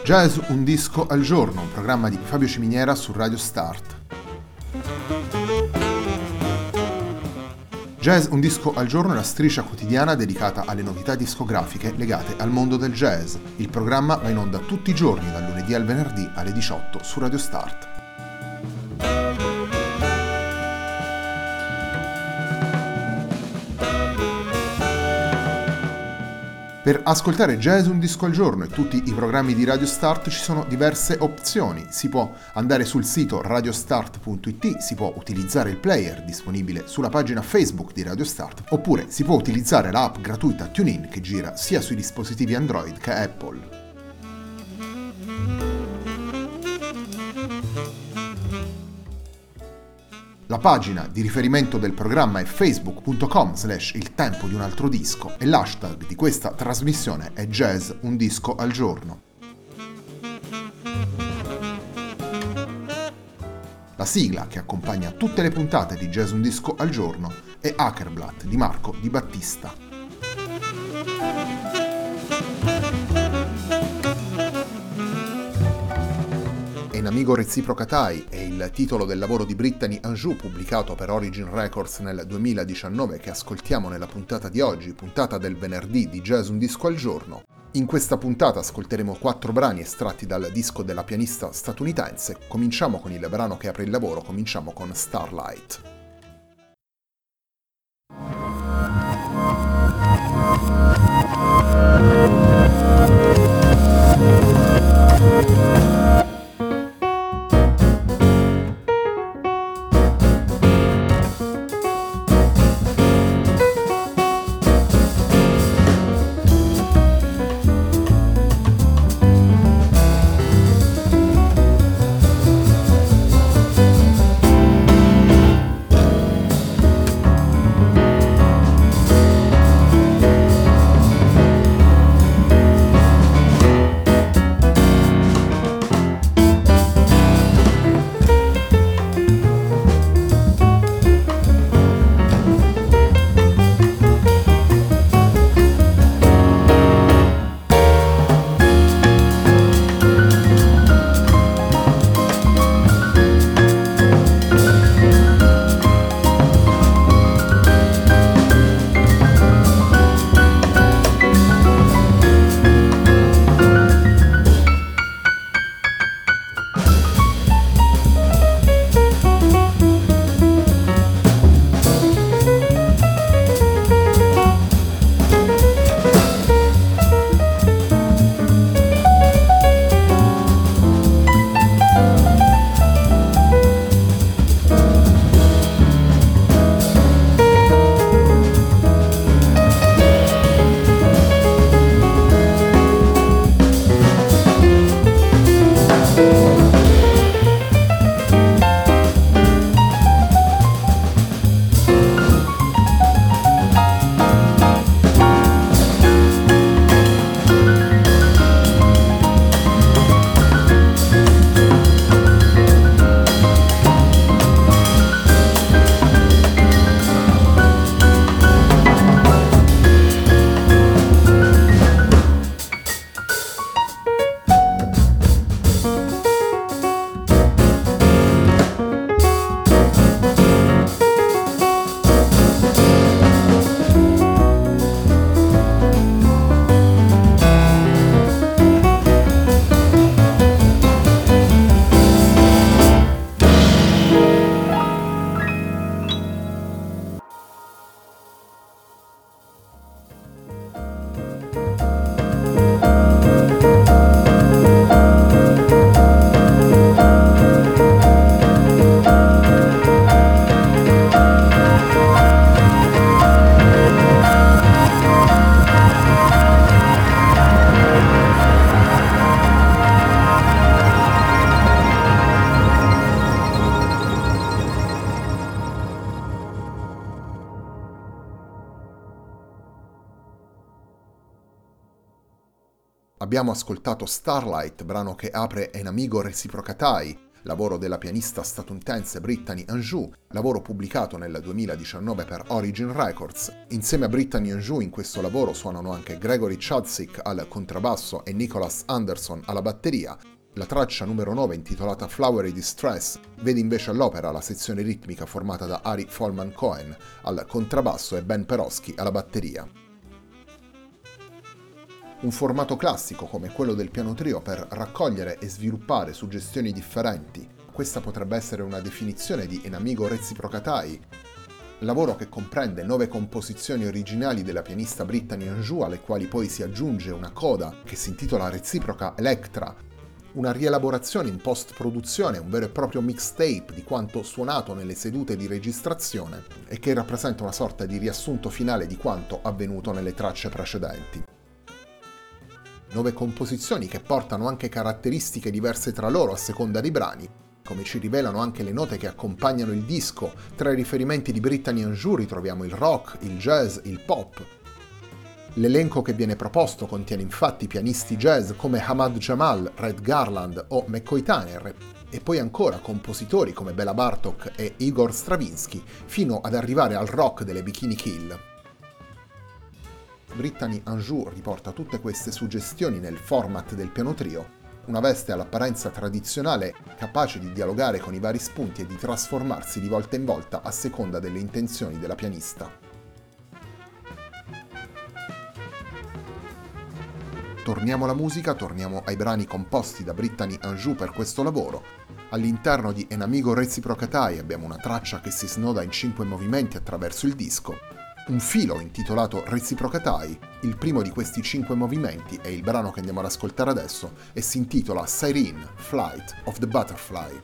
Jazz un disco al giorno, un programma di Fabio Ciminiera su Radio Start. Jazz un disco al giorno è la striscia quotidiana dedicata alle novità discografiche legate al mondo del jazz. Il programma va in onda tutti i giorni, dal lunedì al venerdì alle 18 su Radio Start. Per ascoltare Jazz un disco al giorno e tutti i programmi di Radio Start ci sono diverse opzioni. Si può andare sul sito radiostart.it, si può utilizzare il player disponibile sulla pagina Facebook di Radio Start, oppure si può utilizzare l'app gratuita TuneIn che gira sia sui dispositivi Android che Apple. La pagina di riferimento del programma è facebook.com/il tempo di un altro disco e l'hashtag di questa trasmissione è Jazz un disco al giorno. La sigla che accompagna tutte le puntate di Jazz un disco al giorno è Akerblatt di Marco Di Battista. En amigo reciprocatai è il titolo del lavoro di Brittany Anjou pubblicato per Origin Records nel 2019 che ascoltiamo nella puntata di oggi, puntata del venerdì di Jazz un disco al giorno. In questa puntata ascolteremo 4 brani estratti dal disco della pianista statunitense. Cominciamo con il brano che apre il lavoro, cominciamo con Starlight. Abbiamo ascoltato Starlight, brano che apre En amigo reciprocatai, lavoro della pianista statunitense Brittany Anjou, lavoro pubblicato nel 2019 per Origin Records. Insieme a Brittany Anjou in questo lavoro suonano anche Gregory Chadzik al contrabbasso e Nicholas Anderson alla batteria. La traccia numero 9, intitolata Flowery Distress, vede invece all'opera la sezione ritmica formata da Ari Folman-Cohen al contrabbasso e Ben Perowski alla batteria. Un formato classico come quello del piano trio per raccogliere e sviluppare suggestioni differenti. Questa potrebbe essere una definizione di Enamigo Reciprocatai, lavoro che comprende 9 composizioni originali della pianista Brittany Anjou, alle quali poi si aggiunge una coda che si intitola Reciproca Electra, una rielaborazione in post-produzione, un vero e proprio mixtape di quanto suonato nelle sedute di registrazione e che rappresenta una sorta di riassunto finale di quanto avvenuto nelle tracce precedenti. 9 composizioni che portano anche caratteristiche diverse tra loro a seconda dei brani, come ci rivelano anche le note che accompagnano il disco. Tra i riferimenti di Brittany Anjou ritroviamo il rock, il jazz, il pop. L'elenco che viene proposto contiene infatti pianisti jazz come Ahmad Jamal, Red Garland o McCoy Tyner, e poi ancora compositori come Bela Bartok e Igor Stravinsky, fino ad arrivare al rock delle Bikini Kill. Brittany Anjou riporta tutte queste suggestioni nel format del piano trio, una veste all'apparenza tradizionale capace di dialogare con i vari spunti e di trasformarsi di volta in volta a seconda delle intenzioni della pianista. Torniamo alla musica, torniamo ai brani composti da Brittany Anjou per questo lavoro. All'interno di Enamigo Reciprocatai abbiamo una traccia che si snoda in 5 movimenti attraverso il disco, un filo intitolato Reciprocatai. Il primo di questi 5 movimenti è il brano che andiamo ad ascoltare adesso e si intitola Siren, Flight of the Butterfly.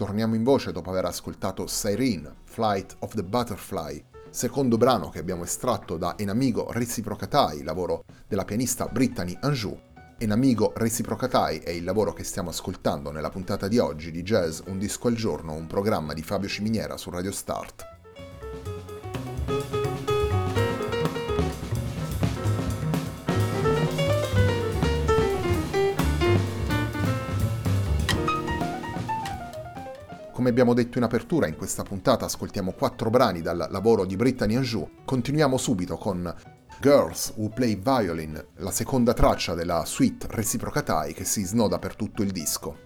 torniamo in voce dopo aver ascoltato Siren, Flight of the Butterfly, secondo brano che abbiamo estratto da Enamigo Reciprocatai, lavoro della pianista Brittany Anjou. Enamigo Reciprocatai è il lavoro che stiamo ascoltando nella puntata di oggi di Jazz Un Disco al Giorno, un programma di Fabio Ciminiera su Radio Start. Come abbiamo detto in apertura, in questa puntata ascoltiamo 4 brani dal lavoro di Brittany Anjou. Continuiamo subito con Girls Who Play Violin, la seconda traccia della suite Reciprocatai che si snoda per tutto il disco.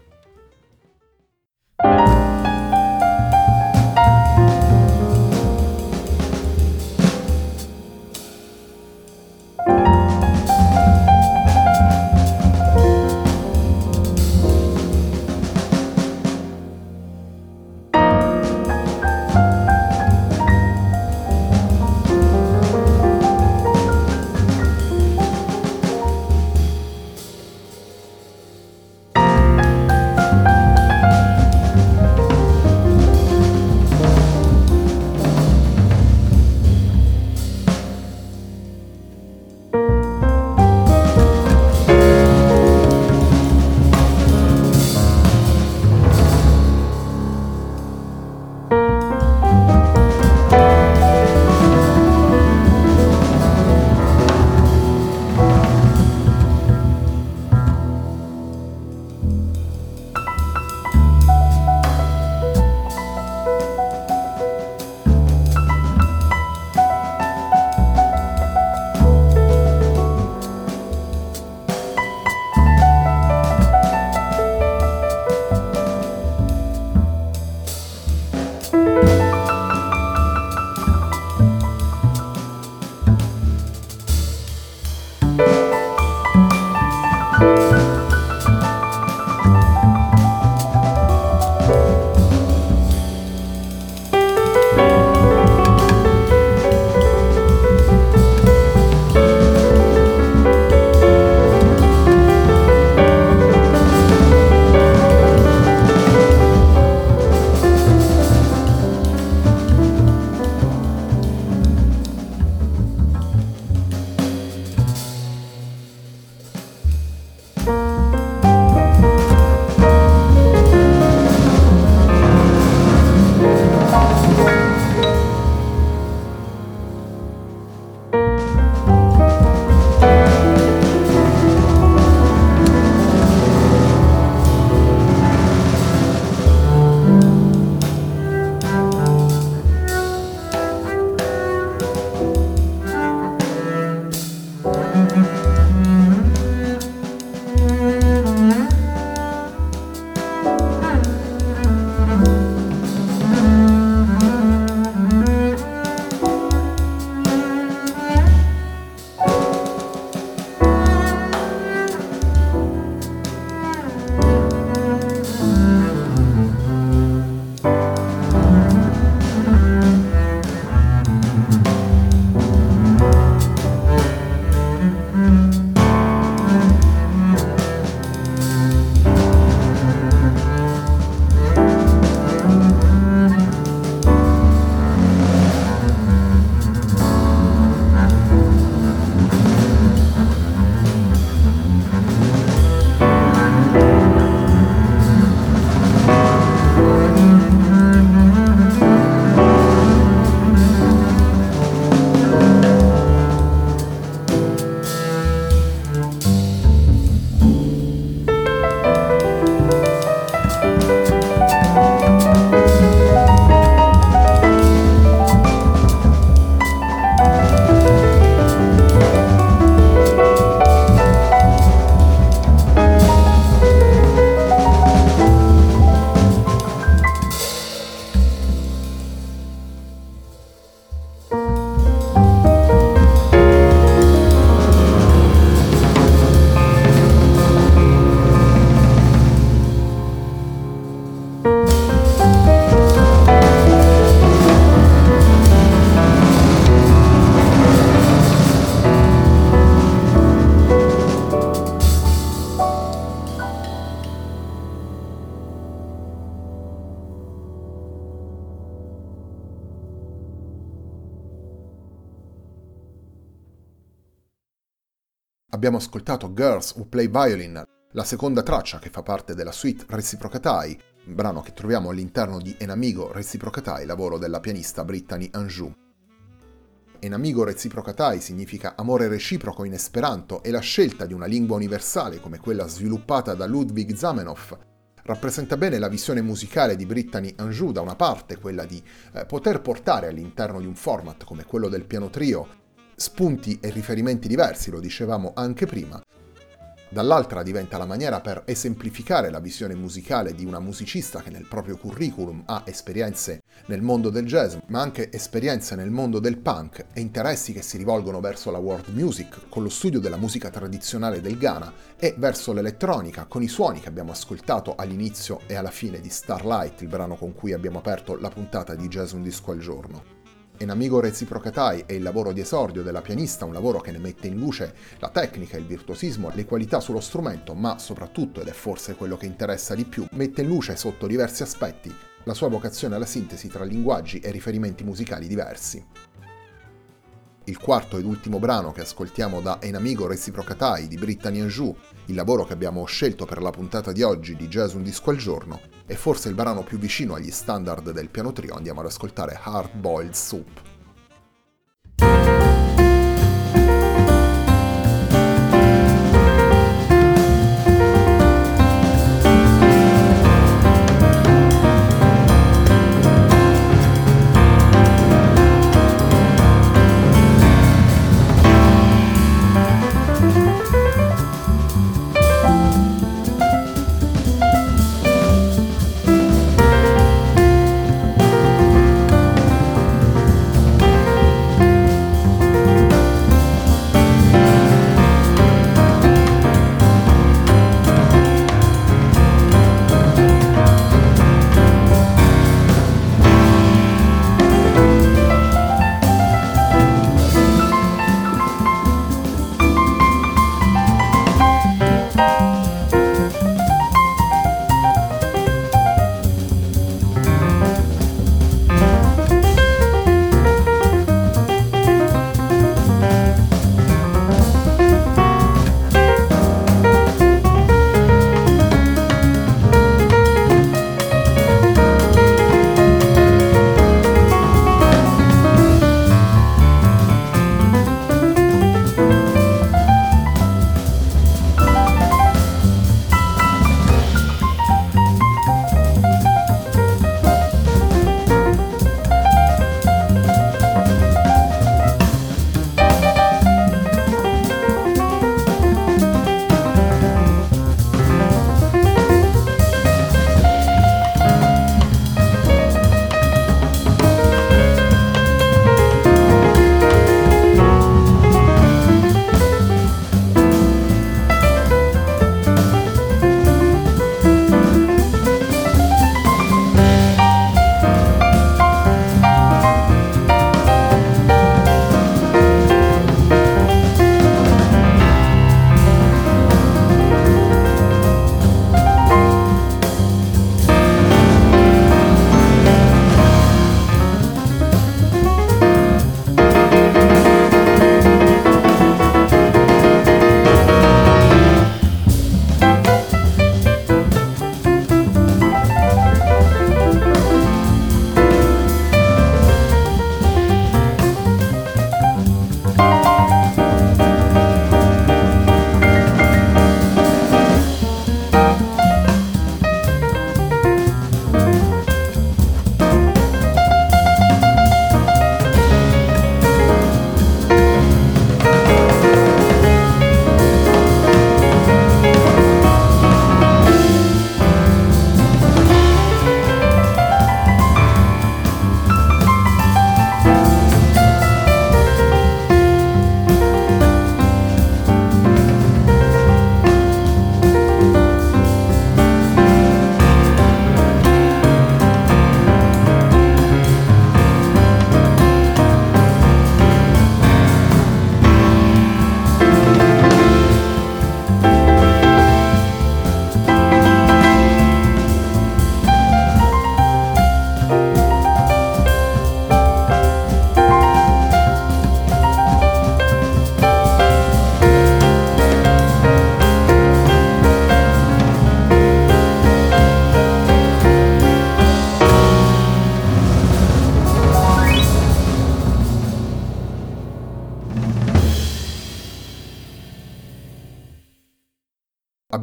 abbiamo ascoltato Girls Who Play Violin, la seconda traccia che fa parte della suite Reciprocatai, brano che troviamo all'interno di Enamigo Reciprocatai, lavoro della pianista Brittany Anjou. Enamigo Reciprocatai significa amore reciproco in esperanto e la scelta di una lingua universale come quella sviluppata da Ludwig Zamenhof rappresenta bene la visione musicale di Brittany Anjou, da una parte quella di poter portare all'interno di un format come quello del piano trio spunti e riferimenti diversi, lo dicevamo anche prima, dall'altra diventa la maniera per esemplificare la visione musicale di una musicista che nel proprio curriculum ha esperienze nel mondo del jazz, ma anche esperienze nel mondo del punk e interessi che si rivolgono verso la world music con lo studio della musica tradizionale del Ghana e verso l'elettronica con i suoni che abbiamo ascoltato all'inizio e alla fine di Starlight, il brano con cui abbiamo aperto la puntata di Jazz Un Disco al Giorno. Enamigo Reciprocatai è il lavoro di esordio della pianista, un lavoro che ne mette in luce la tecnica, il virtuosismo, le qualità sullo strumento, ma soprattutto, ed è forse quello che interessa di più, mette in luce sotto diversi aspetti la sua vocazione alla sintesi tra linguaggi e riferimenti musicali diversi. Il quarto ed ultimo brano che ascoltiamo da Enamigo Reciprocatai di Brittany Anjou, il lavoro che abbiamo scelto per la puntata di oggi di Jazz Un Disco al Giorno, è forse il brano più vicino agli standard del piano trio. Andiamo ad ascoltare Hard Boiled Soup.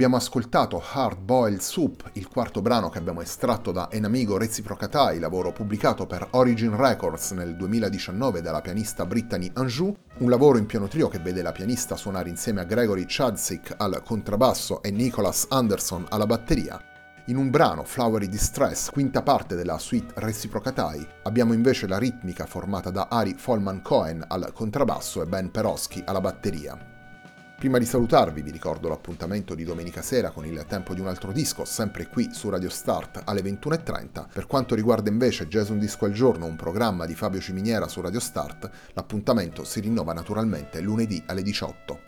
Abbiamo ascoltato Hard Boiled Soup, il quarto brano che abbiamo estratto da En amigo reciprocatai, lavoro pubblicato per Origin Records nel 2019 dalla pianista Brittany Anjou, un lavoro in piano trio che vede la pianista suonare insieme a Gregory Chadzik al contrabbasso e Nicholas Anderson alla batteria. In un brano, Flowery Distress, quinta parte della suite Reciprocatai, abbiamo invece la ritmica formata da Ari Folman-Cohen al contrabbasso e Ben Perosky alla batteria. Prima di salutarvi vi ricordo l'appuntamento di domenica sera con il tempo di un altro disco, sempre qui su Radio Start alle 21:30. Per quanto riguarda invece Jazz Un Disco al Giorno, un programma di Fabio Ciminiera su Radio Start, l'appuntamento si rinnova naturalmente lunedì alle 18.